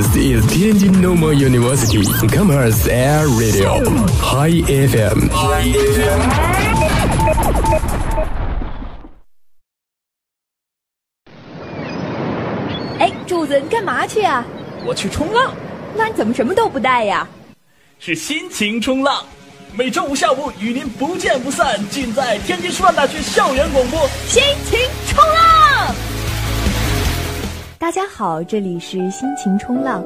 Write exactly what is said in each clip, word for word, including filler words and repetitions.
This is Tianjin Normal University Commerce Air Radio High F M。 哎，柱子，你干嘛去啊？ 我去冲浪。 那你怎么什么都不带呀？ 是心情冲浪，每周五下午与您不见不散，尽在天津师范大学校园广播， 心情冲浪。大家好，这里是心情冲浪，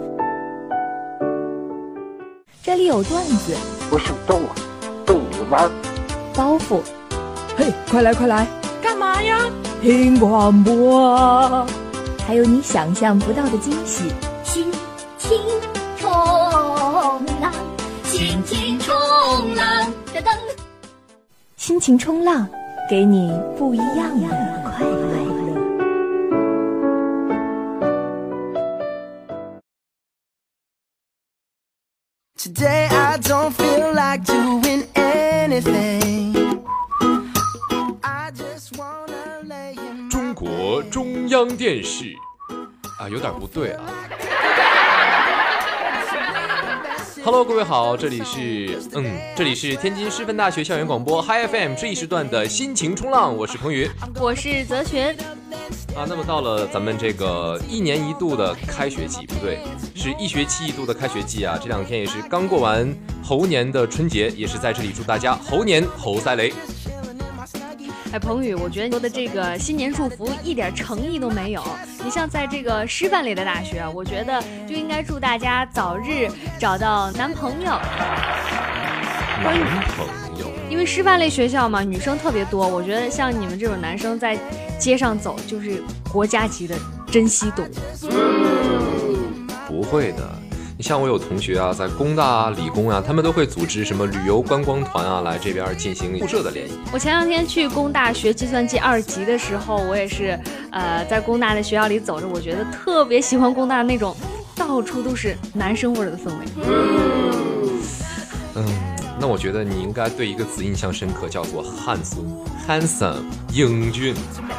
这里有段子， 不是逗啊，逗你玩。 包袱， 嘿，快来快来，干嘛呀？听广播。 还有你想象不到的惊喜。 心情冲浪，心情冲浪，噔噔。 心情冲浪，给你不一样的快乐。 Today I don't feel like doing anything. I just wanna lay in 中国中央电视啊，有点不对啊。Hello， 各位好，这里是嗯，这里是天津师范大学校园广播 Hi F M 这一时段的心情冲浪，我是彭宇， 我是泽群。 啊，那么到了咱们这个一年一度的开学季，不对，是一学期一度的开学季啊。这两天也是刚过完猴年的春节，也是在这里祝大家猴年猴赛雷。 哎，彭宇，我觉得你说的这个新年祝福一点诚意都没有。你像在这个师范类的大学，我觉得就应该祝大家早日找到男朋友。 男朋友， 因为师范类学校嘛，女生特别多，我觉得像你们这种男生在街上走，就是国家级的珍稀动物。 不会的。你像我有同学啊，在工大啊、理工啊，他们都会组织什么旅游观光团啊，来这边进行宿舍的联谊。 我前两天去工大学计算机二级的时候，我也是，呃，在工大的学校里走着，我觉得特别喜欢工大的那种到处都是男生味儿的氛围。 嗯，那我觉得你应该对一个词印象深刻，叫做汉松 ，handsome， 英俊。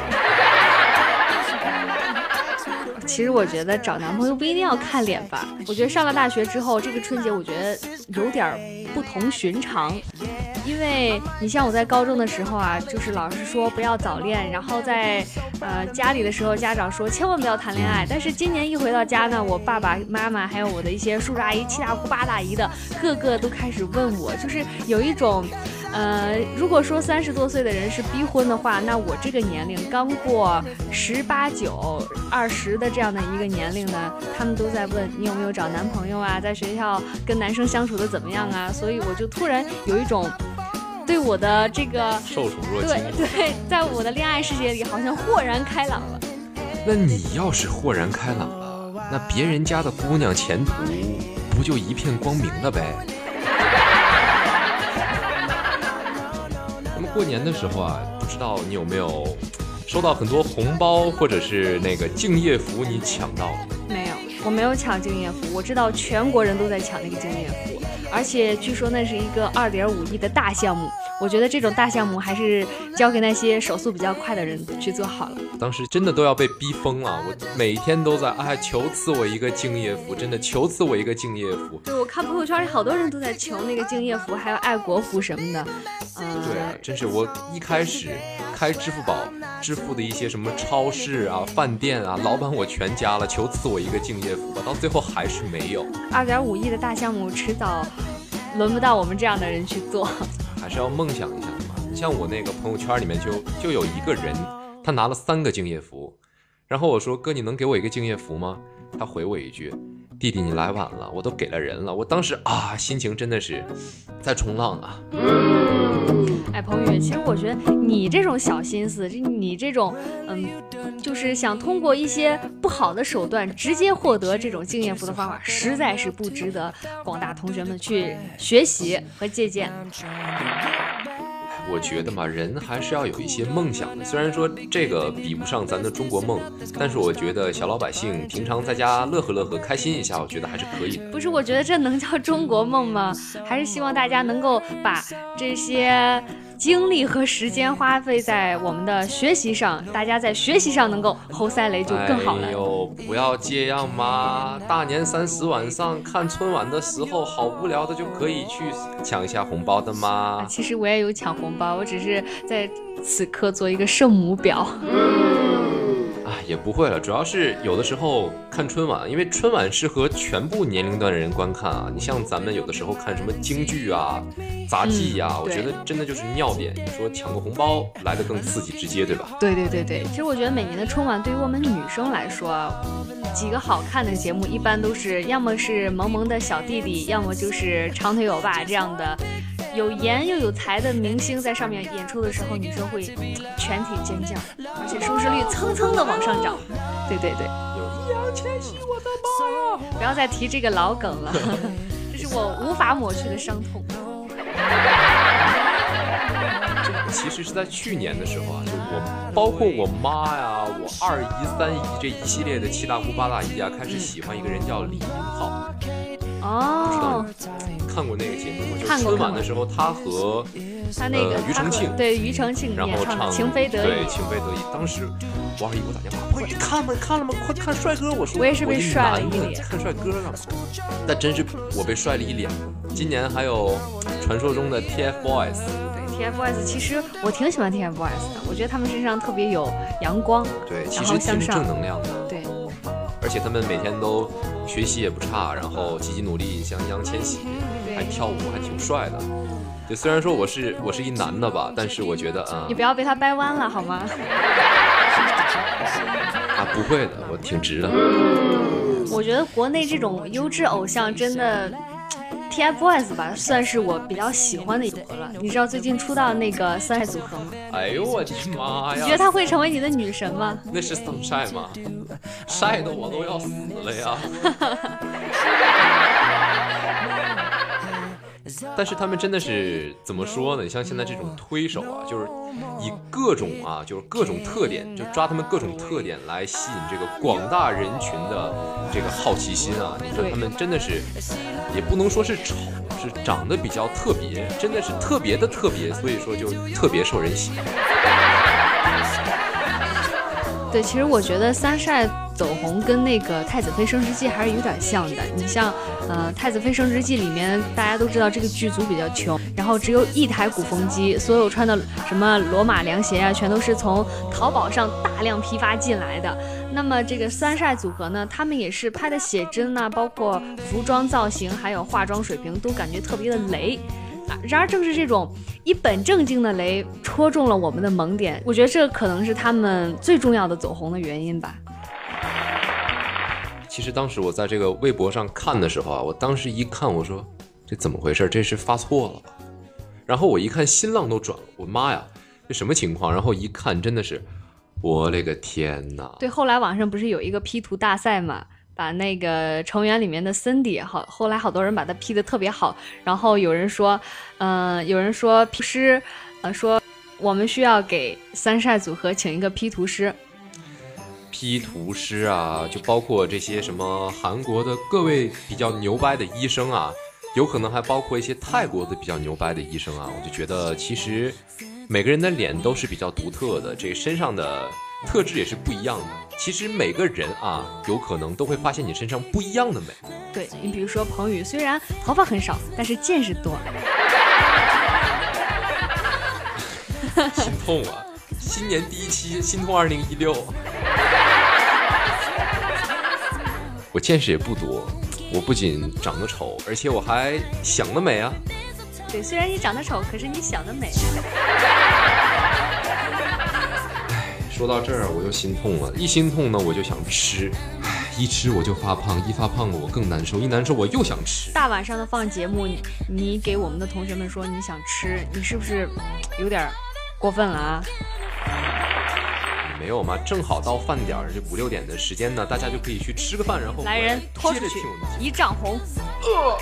其实我觉得找男朋友不一定要看脸吧，我觉得上了大学之后，这个春节我觉得有点不同寻常。因为你像我在高中的时候啊，就是老师说不要早恋，然后在呃家里的时候，家长说千万不要谈恋爱。但是今年一回到家呢，我爸爸妈妈还有我的一些叔叔阿姨、七大姑八大姨的，个个都开始问我，就是有一种呃，如果说三十多岁的人是逼婚的话，那我这个年龄刚过十八九、二十的这样的一个年龄呢，他们都在问你有没有找男朋友啊，在学校跟男生相处的怎么样啊？所以我就突然有一种对我的这个受宠若惊， 对对，在我的恋爱世界里好像豁然开朗了。 那你要是豁然开朗了，那别人家的姑娘前途不就一片光明了呗？那么过年的时候啊，不知道你有没有收到很多红包或者是那个敬业福，你抢到了？ 没有，我没有抢敬业福。我知道全国人都在抢那个敬业福，而且据说那是一个二点五亿的大项目。我觉得这种大项目还是交给那些手速比较快的人去做好了。 当时真的都要被逼疯了，我每天都在哎求赐我一个敬业福，真的求赐我一个敬业福。 对，我看朋友圈里好多人都在求那个敬业福，还有爱国福什么的。呃、 对啊，真是我一开始开支付宝支付的一些什么超市啊、饭店啊，老板我全加了，求赐我一个敬业福吧，到最后还是没有。 二点五亿的大项目，迟早轮不到我们这样的人去做。 还是要梦想一下的嘛。你像我那个朋友圈里面就就有一个人，他拿了三个敬业福，然后我说哥，你能给我一个敬业福吗？他回我一句，弟弟你来晚了，我都给了人了。我当时啊，心情真的是在冲浪啊。 哎，彭宇，其实我觉得你这种小心思，你这种嗯，就是想通过一些不好的手段直接获得这种敬业福的方法，实在是不值得广大同学们去学习和借鉴。 我觉得嘛，人还是要有一些梦想的。虽然说这个比不上咱的中国梦，但是我觉得小老百姓平常在家乐呵乐呵、开心一下，我觉得还是可以的。 不是，我觉得这能叫中国梦吗？还是希望大家能够把这些精力和时间花费在我们的学习上，大家在学习上能够猴赛雷就更好了。 哎呦， 不要这样嘛！大年三十晚上看春晚的时候，好无聊的就可以去抢一下红包的嘛。 其实我也有抢红包，我只是在此刻做一个圣母婊。 啊，也不会了，主要是有的时候看春晚，因为春晚适合全部年龄段的人观看啊。你像咱们有的时候看什么京剧啊、杂技啊、嗯，我觉得真的就是尿点。你说抢个红包来得更刺激直接，对吧？ 对对对对，其实我觉得每年的春晚对于我们女生来说，几个好看的节目一般都是要么是萌萌的小弟弟，要么就是长腿欧巴这样的有颜又有才的明星在上面演出的时候，女生会全体尖叫，而且收视率蹭蹭的往上涨。对对对， 有易烊千玺，我的妈呀！ 不要再提这个老梗了，这是我无法抹去的伤痛。 这个其实是在去年的时候啊，就我包括我妈呀、我二姨、三姨这一系列的七大姑八大姨啊，开始喜欢一个人叫李明浩。 哦， 不知道你看过那个节目吗？就是春晚的时候，他和他那个、 呃、庾澄庆， 对庾澄庆， 然后唱情非得已， 对情非得已。当时我二姨给我打电话，快看吧，看了吗？快看帅哥！我说我也是被帅了一脸， 看帅哥干嘛？那真是我被帅了一脸。今年还有传说中的 T F Boys。 T F Boys 其实我挺喜欢 T F Boys 的，我觉得他们身上特别有阳光， 对，其实挺正能量的， 对， 而且他们每天都学习也不差，然后积极努力，像易烊千玺还跳舞还挺帅的。对，虽然说我是我是一男的吧，但是我觉得啊、嗯， 你不要被他掰弯了好吗？ 啊，不会的，我挺直的。 我觉得国内这种优质偶像真的。T F Boys 吧，算是我比较喜欢的组合了。你知道最近出道那个三晒组合吗？ 哎呦我的妈呀！ 你觉得他会成为你的女神吗？ 那是等晒吗？晒的我都要死了呀！但是他们真的是怎么说呢？你像现在这种推手啊，就是以各种啊，就是各种特点，就抓他们各种特点来吸引这个广大人群的这个好奇心啊！你看他们真的是，也不能说是丑，是长得比较特别，真的是特别的特别，所以说就特别受人喜欢。 对，其实我觉得三晒走红跟那个《太子妃升职记》还是有点像的。你像，呃，《太子妃升职记》里面大家都知道这个剧组比较穷，然后只有一台鼓风机，所有穿的什么罗马凉鞋啊，全都是从淘宝上大量批发进来的。那么这个三晒组合呢，他们也是拍的写真啊，包括服装造型还有化妆水平都感觉特别的雷。然而正是这种一本正经的雷戳中了我们的萌点，我觉得这可能是他们最重要的走红的原因吧。 其实当时我在这个微博上看的时候啊，我当时一看我说这怎么回事，这是发错了吧？然后我一看新浪都转了，我妈呀，这什么情况？然后一看真的是，我勒个天哪！ 对，后来网上不是有一个 P 图大赛嘛，把那个成员里面的 Cindy 好，后来好多人把它 P 得特别好，然后有人说，嗯、呃，有人说 P 师，呃，说我们需要给三晒组合请一个 P 图师。 P 图师啊，就包括这些什么韩国的各位比较牛掰的医生啊，有可能还包括一些泰国的比较牛掰的医生啊，我就觉得其实每个人的脸都是比较独特的，这身上的特质也是不一样的。其实每个人啊，有可能都会发现你身上不一样的美。 对，你比如说彭宇，虽然头发很少，但是见识多。 心痛啊！新年第一期，心痛二零一六。我见识也不多，我不仅长得丑，而且我还想得美啊。 对，虽然你长得丑，可是你想得美。 说到这儿我就心痛了，一心痛呢我就想吃，一吃我就发胖，一发胖了我更难受，一难受我又想吃。 大晚上的放节目，你你给我们的同学们说你想吃，你是不是有点过分了啊？ 没有嘛，正好到饭点儿，这五六点的时间呢，大家就可以去吃个饭，然后来人拖出去，一丈红。呃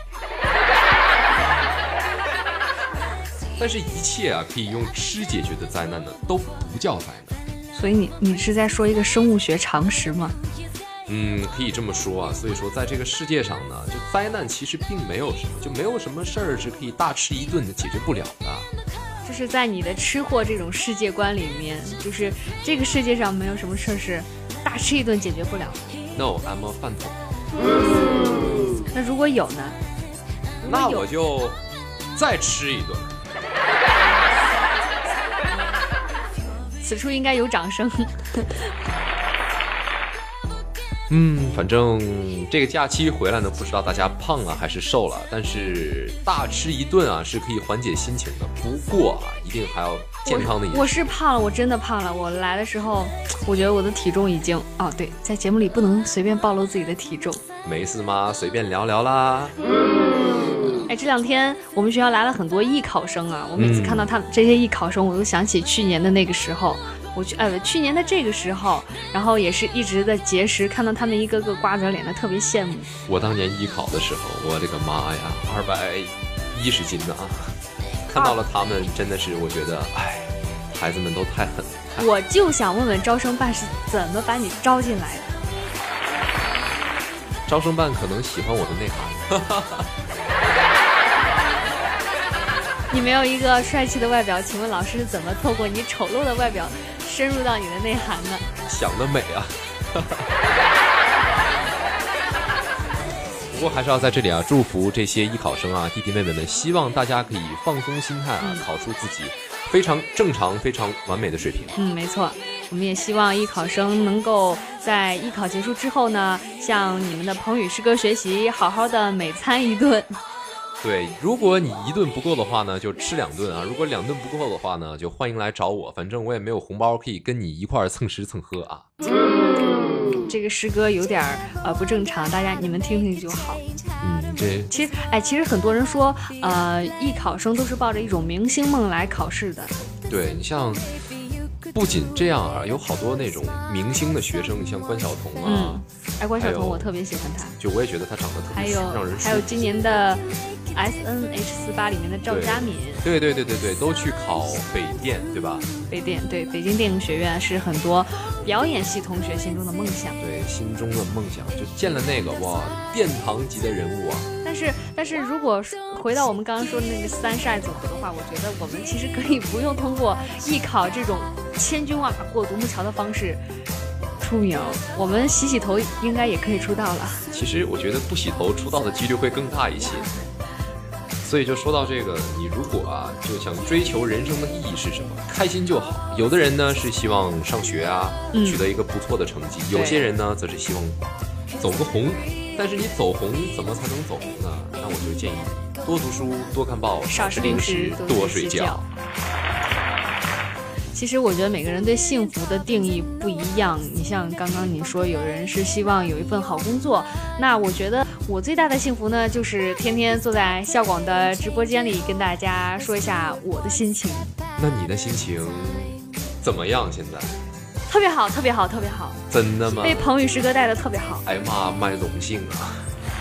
但是，一切啊可以用吃解决的灾难呢，都不叫灾难。 所以你你是在说一个生物学常识吗？ 嗯，可以这么说啊。所以说，在这个世界上呢，就灾难其实并没有什么，就没有什么事儿是可以大吃一顿的解决不了的。 就是在你的吃货这种世界观里面，就是这个世界上没有什么事儿是大吃一顿解决不了。 No, I'm a 饭桶。 那如果有呢？ 那我就再吃一顿。 此处应该有掌声。 嗯，反正这个假期回来呢，不知道大家胖了还是瘦了，但是大吃一顿啊是可以缓解心情的。不过啊，一定还要健康的饮食。 我, 我是胖了，我真的胖了。我来的时候，我觉得我的体重已经……哦，对，在节目里不能随便暴露自己的体重。 没事嘛，随便聊聊啦。 哎，这两天我们学校来了很多艺考生啊，我每次看到他们这些艺考生，我都想起去年的那个时候。我去，呃，去年的这个时候，然后也是一直的节食，看到他们一个个瓜子脸的，特别羡慕。 我当年艺考的时候，我的个妈呀，二百一十斤呢啊！看到了他们，真的是我觉得，哎，孩子们都太狠了。 我就想问问招生办是怎么把你招进来的？ 招生办可能喜欢我的内涵。 你没有一个帅气的外表，请问老师是怎么透过你丑陋的外表深入到你的内涵呢？ 想得美啊！不过还是要在这里啊，祝福这些艺考生啊，弟弟妹妹们，希望大家可以放松心态啊，嗯、考出自己非常正常、非常完美的水平。 嗯，没错，我们也希望艺考生能够在艺考结束之后呢，向你们的彭宇师哥学习，好好的每餐一顿。 对，如果你一顿不够的话呢，就吃两顿啊；如果两顿不够的话呢，就欢迎来找我，反正我也没有红包可以跟你一块儿蹭吃蹭喝啊。 这个师哥有点呃不正常，大家你们听听就好。 嗯，这其实哎，其实很多人说，呃，艺考生都是抱着一种明星梦来考试的。 对，你像。不仅这样啊，有好多那种明星的学生，像关晓彤啊， 嗯，哎，关晓彤我特别喜欢她， 就我也觉得她长得特别让人舒服。 还有今年的 S N H 四八 里面的赵佳敏， 对对对对对，都去考北电，对吧？ 北电，对，北京电影学院是很多表演系同学心中的梦想， 对，心中的梦想，就见了那个哇，殿堂级的人物啊。 但是，但是如果回到我们刚刚说的那个三晒组合的话，我觉得我们其实可以不用通过艺考这种千军万马过独木桥的方式出名，我们洗洗头应该也可以出道了。 其实我觉得不洗头出道的几率会更大一些。所以就说到这个，你如果啊就想追求人生的意义是什么，开心就好。有的人呢是希望上学啊，取得一个不错的成绩；有些人呢则是希望走个红。但是你走红怎么才能走红呢？那我就建议你多读书、多看报、少吃零食、多睡觉。 其实我觉得每个人对幸福的定义不一样。你像刚刚你说，有人是希望有一份好工作，那我觉得我最大的幸福呢，就是天天坐在校广的直播间里跟大家说一下我的心情。 那你的心情怎么样？现在？ 特别好，特别好，特别好！ 真的吗？ 被彭宇师哥带的特别好。 哎呀妈，蛮荣幸啊！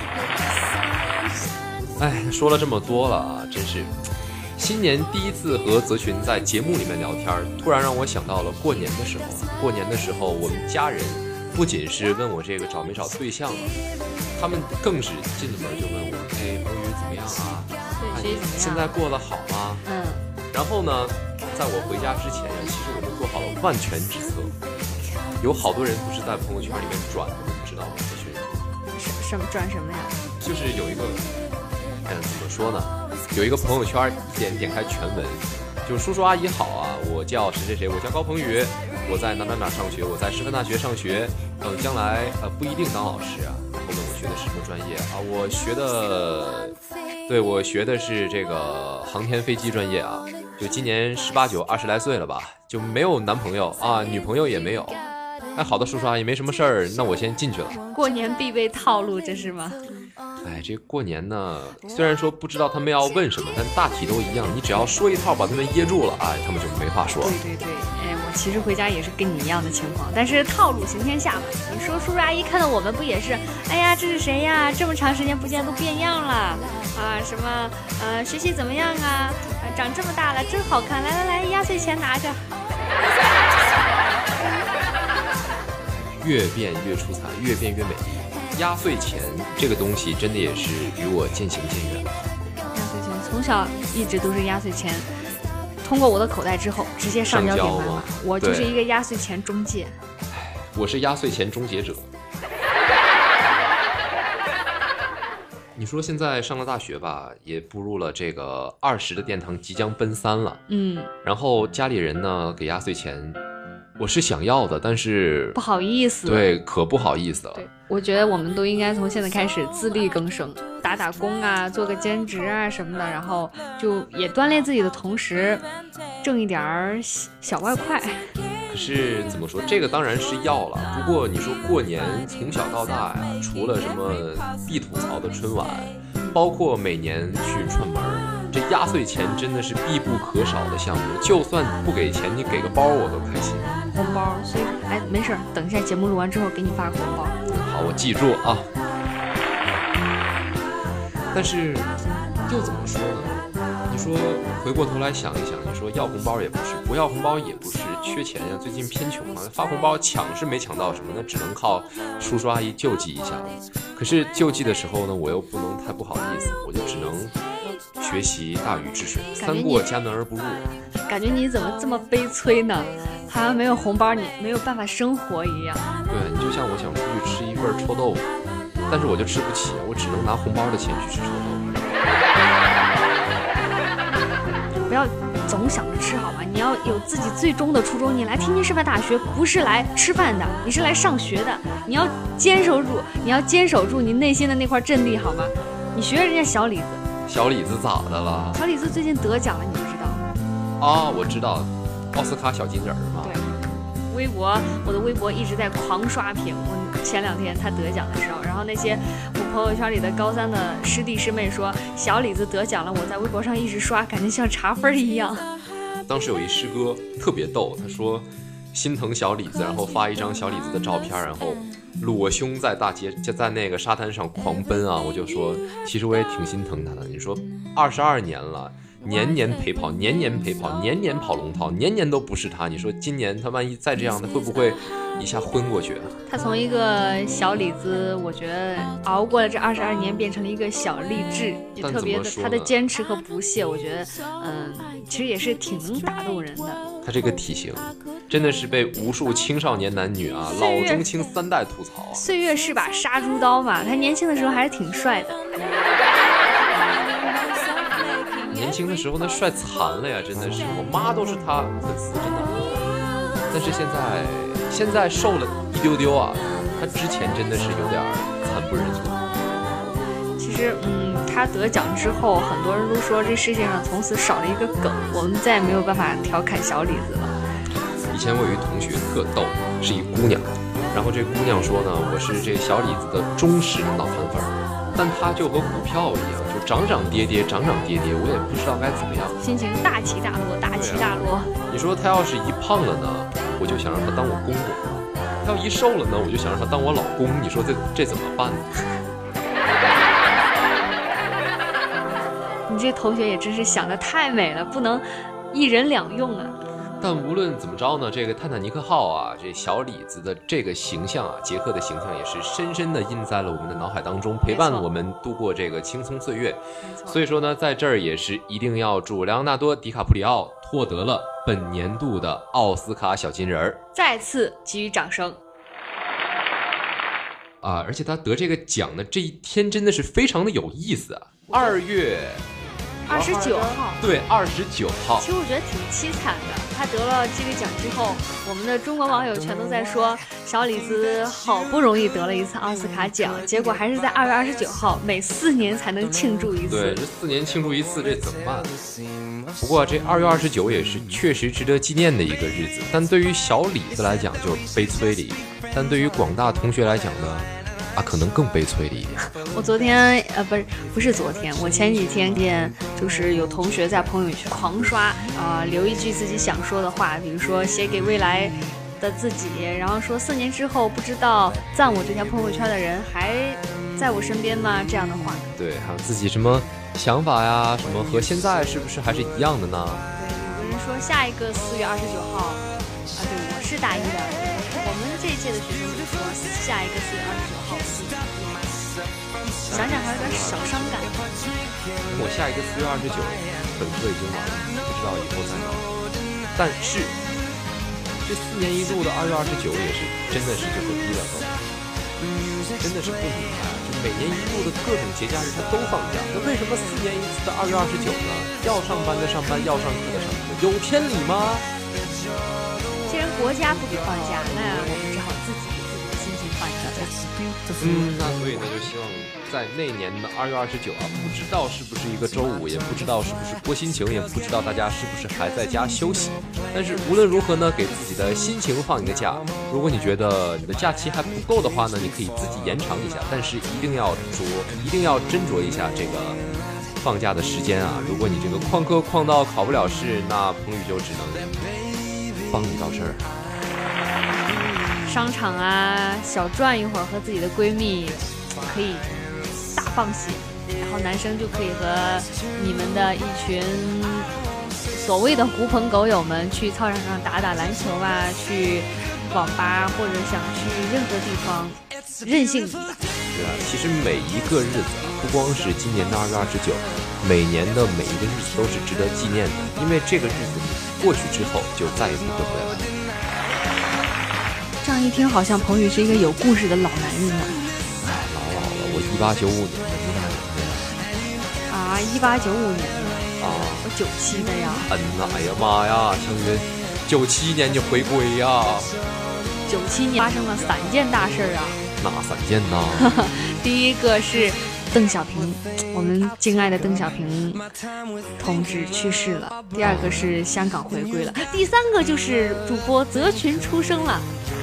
哎，说了这么多了啊，真是新年第一次和泽群在节目里面聊天，突然让我想到了过年的时候。过年的时候，我们家人不仅是问我这个找没找对象了，他们更是进了门就问我：“哎，彭宇怎么样啊？ 对，学习怎么样？ 现在过得好吗？”嗯。然后呢，在我回家之前呀，其实我都做好了万全之策。有好多人不是在朋友圈里面转的，你知道吗？就是什什么转什么呀？ 就是有一个，嗯，怎么说呢？有一个朋友圈，一点点开全文，就叔叔阿姨好啊，我叫谁谁谁，我叫高鹏宇，我在哪哪哪上学，我在师范大学上学，嗯、呃，将来呃不一定当老师啊。然后问我学的是什么专业啊？我学的，对我学的是这个航天飞机专业啊。就今年十八九二十来岁了吧，就没有男朋友啊，女朋友也没有。哎，好的，叔叔阿姨没什么事儿，那我先进去了。 过年必备套路，这是吗？ 哎，这过年呢，虽然说不知道他们要问什么，但大体都一样。你只要说一套，把他们噎住了，哎，他们就没话说。 对对对，哎，我其实回家也是跟你一样的情况，但是套路行天下嘛。你说叔叔阿姨看到我们不也是？哎呀，这是谁呀？这么长时间不见，都变样了啊！什么呃，学习怎么样啊？啊长这么大了，真好看！来来来，压岁钱拿着。 越变越出彩，越变越美丽。压岁钱这个东西真的也是与我渐行渐远。 压岁钱从小一直都是压岁钱，通过我的口袋之后直接上交给妈妈，我就是一个压岁钱中介。 我是压岁钱终结者。你说现在上了大学吧，也步入了这个二十的殿堂，即将奔三了。 嗯， 然后家里人呢给压岁钱，我是想要的，但是不好意思。 对，可不好意思了。 对，我觉得我们都应该从现在开始自力更生，打打工啊，做个兼职啊什么的，然后就也锻炼自己的同时，挣一点儿小外快。 可是怎么说，这个当然是要了。不过你说过年从小到大呀，除了什么必吐槽的春晚，包括每年去串门，这压岁钱真的是必不可少的项目。就算不给钱，你给个包我都开心。 红包，所以哎，没事，等一下节目录完之后给你发个红包。 好，我记住啊。但是又怎么说呢？你说回过头来想一想，你说要红包也不是，不要红包也不是，缺钱呀，最近偏穷啊，发红包抢是没抢到什么，那只能靠叔叔阿姨救济一下。可是救济的时候呢，我又不能太不好意思，我就只能学习大禹治水，三过家门而不入。 感觉你怎么这么悲催呢？好像没有红包你没有办法生活一样。 对，你就像我想出去吃一份臭豆腐，但是我就吃不起，我只能拿红包的钱去吃臭豆腐。 不要总想着吃好吗？你要有自己最终的初衷。你来天津师范大学不是来吃饭的，你是来上学的。你要坚守住，你要坚守住你内心的那块阵地好吗？你学人家小李子。 小李子咋的了？ 小李子最近得奖了，你不知道？ 啊，我知道，奥斯卡小金人嘛。 对，微博，我的微博一直在狂刷屏。我前两天他得奖的时候，然后那些我朋友圈里的高三的师弟师妹说小李子得奖了，我在微博上一直刷，感觉像查分一样。 当时有一师哥特别逗，他说心疼小李子，然后发一张小李子的照片，然后裸胸在大街就在那个沙滩上狂奔啊！我就说，其实我也挺心疼他的。你说二十二年了，年年陪跑，年年陪跑，年年跑龙套，年年都不是他。你说今年他万一再这样，他会不会一下昏过去啊？ 他从一个小李子，我觉得熬过了这二十二年，变成了一个小励志，也特别的他的坚持和不懈，我觉得，嗯，其实也是挺能打动人的。 他这个体型，真的是被无数青少年男女啊，老中青三代吐槽。 岁月是把杀猪刀嘛，他年轻的时候还是挺帅的。 年轻的时候那帅残了呀，真的是，我妈都是他粉丝，真的。但是现在现在瘦了一丢丢啊，他之前真的是有点惨不忍睹。 其实嗯，他得奖之后，很多人都说这世界上从此少了一个梗，我们再也没有办法调侃小李子了。 以前我有一同学特逗，是一姑娘，然后这姑娘说呢，我是这小李子的忠实脑残粉，但他就和股票一样，就涨涨跌跌，涨涨跌跌，我也不知道该怎么样， 心情大起大落，大起大落。 你说他要是一胖了呢，我就想让他当我公公；他要一瘦了呢，我就想让他当我老公。你说这这怎么办呢？ 你这同学也真是想得太美了，不能一人两用啊。 但无论怎么着呢，这个泰坦尼克号啊，这小李子的这个形象啊，杰克的形象也是深深的印在了我们的脑海当中，陪伴我们度过这个青葱岁月。所以说呢，在这儿也是一定要祝莱昂纳多·迪卡普里奥获得了本年度的奥斯卡小金人儿， 再次给予掌声。 啊！而且他得这个奖的这一天真的是非常的有意思啊！二月二十九号， 对，二十九号。 其实我觉得挺凄惨的。他得了这个奖之后，我们的中国网友全都在说，小李子好不容易得了一次奥斯卡奖，结果还是在二月二十九号，每四年才能庆祝一次。 对，这四年庆祝一次，这怎么办？不过这二月二十九也是确实值得纪念的一个日子，但对于小李子来讲就悲催了一点，但对于广大同学来讲呢？啊，可能更悲催了一点。 我昨天呃不是不是昨天，我前几天见就是有同学在朋友圈狂刷啊、呃，留一句自己想说的话，比如说写给未来的自己，然后说四年之后不知道赞我这条朋友圈的人还在我身边吗？这样的话。对， 还有自己什么想法呀，什么和现在是不是还是一样的呢？ 对，有个人说下一个四月二十九号啊，对，我是大一的，我们这一届的学生就说下一个四月二十九号。想想还有点小伤感。 我下一个四月二十九，本科已经完了，不知道以后在哪。但是这四年一度的二月二十九也是真的是就和逼了都，真的是不明白，就每年一度的各种节假日它都放假，那为什么四年一次的二月二十九呢？要上班的上班，要上课的上课，有天理吗？ 既然国家不给放假，那我们只好自己给自己的心情放一个假。 嗯，那所以呢，就希望在那年的二月二十九啊，不知道是不是一个周五，也不知道是不是郭心情，也不知道大家是不是还在家休息。但是无论如何呢，给自己的心情放一个假。如果你觉得你的假期还不够的话呢，你可以自己延长一下，但是一定要酌，一定要斟酌一下这个放假的时间啊。如果你这个旷课旷到考不了试，那彭宇就只能帮你到这儿。 商场啊，小转一会儿，和自己的闺蜜可以大放血，然后男生就可以和你们的一群所谓的狐朋狗友们去操场上打打篮球啊，去网吧或者想去任何地方任性一把。 是啊，其实每一个日子啊，不光是今年的二月二十九，每年的每一个日子都是值得纪念的，因为这个日子过去之后就再也不会回来了。 这样一听，好像彭宇是一个有故事的老男人呢。 哎，老老了，我一八九五年的，你哪年的呀？ 啊，一八九五年的啊， 我九七的呀。 嗯呐，哎呀妈呀，祥云，九七年就回归呀！ 九七年发生了三件大事啊。 哪三件呢？ 第一个是邓小平，我们敬爱的邓小平同志去世了。第二个是香港回归了。第三个就是主播泽群出生了。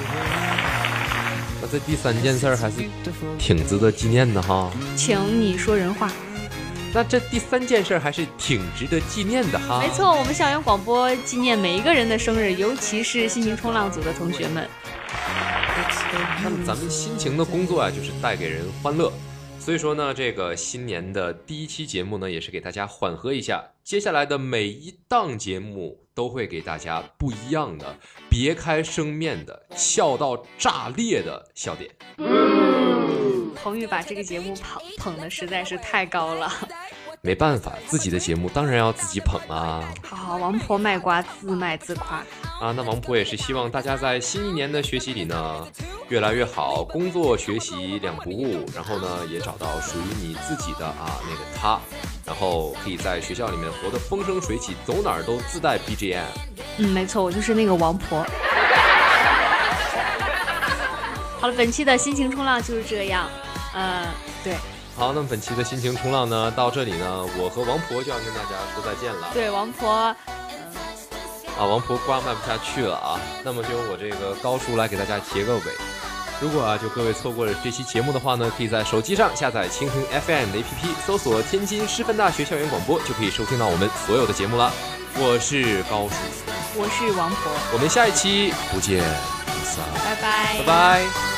那这第三件事儿还是挺值得纪念的哈。 请你说人话。 那这第三件事还是挺值得纪念的哈。 没错，我们校园广播纪念每一个人的生日，尤其是心情冲浪组的同学们。 那么咱们辛勤的工作啊，就是带给人欢乐。所以说呢，这个新年的第一期节目呢，也是给大家缓和一下。接下来的每一档节目都会给大家不一样的、别开生面的、笑到炸裂的笑点。 嗯，彭宇把这个节目捧捧的实在是太高了。 没办法，自己的节目当然要自己捧啊。 好好，王婆卖瓜，自卖自夸啊。那王婆也是希望大家在新一年的学习里呢，越来越好，工作学习两不误，然后呢也找到属于你自己的啊那个他，然后可以在学校里面活得风生水起，走哪儿都自带 B G M。 嗯，没错，我就是那个王婆。好了，本期的心情冲浪就是这样。呃，对。 好，那么本期的心情冲浪呢，到这里呢，我和王婆就要跟大家说再见了。 对，王婆，呃、 啊，王婆瓜卖不下去了啊。那么就由我这个高叔来给大家结个尾。如果啊，就各位错过了这期节目的话呢，可以在手机上下载蜻蜓 F M 的 A P P， 搜索天津师范大学校园广播，就可以收听到我们所有的节目了。我是高叔， 我是王婆， 我们下一期不见不散， 拜拜， 拜拜。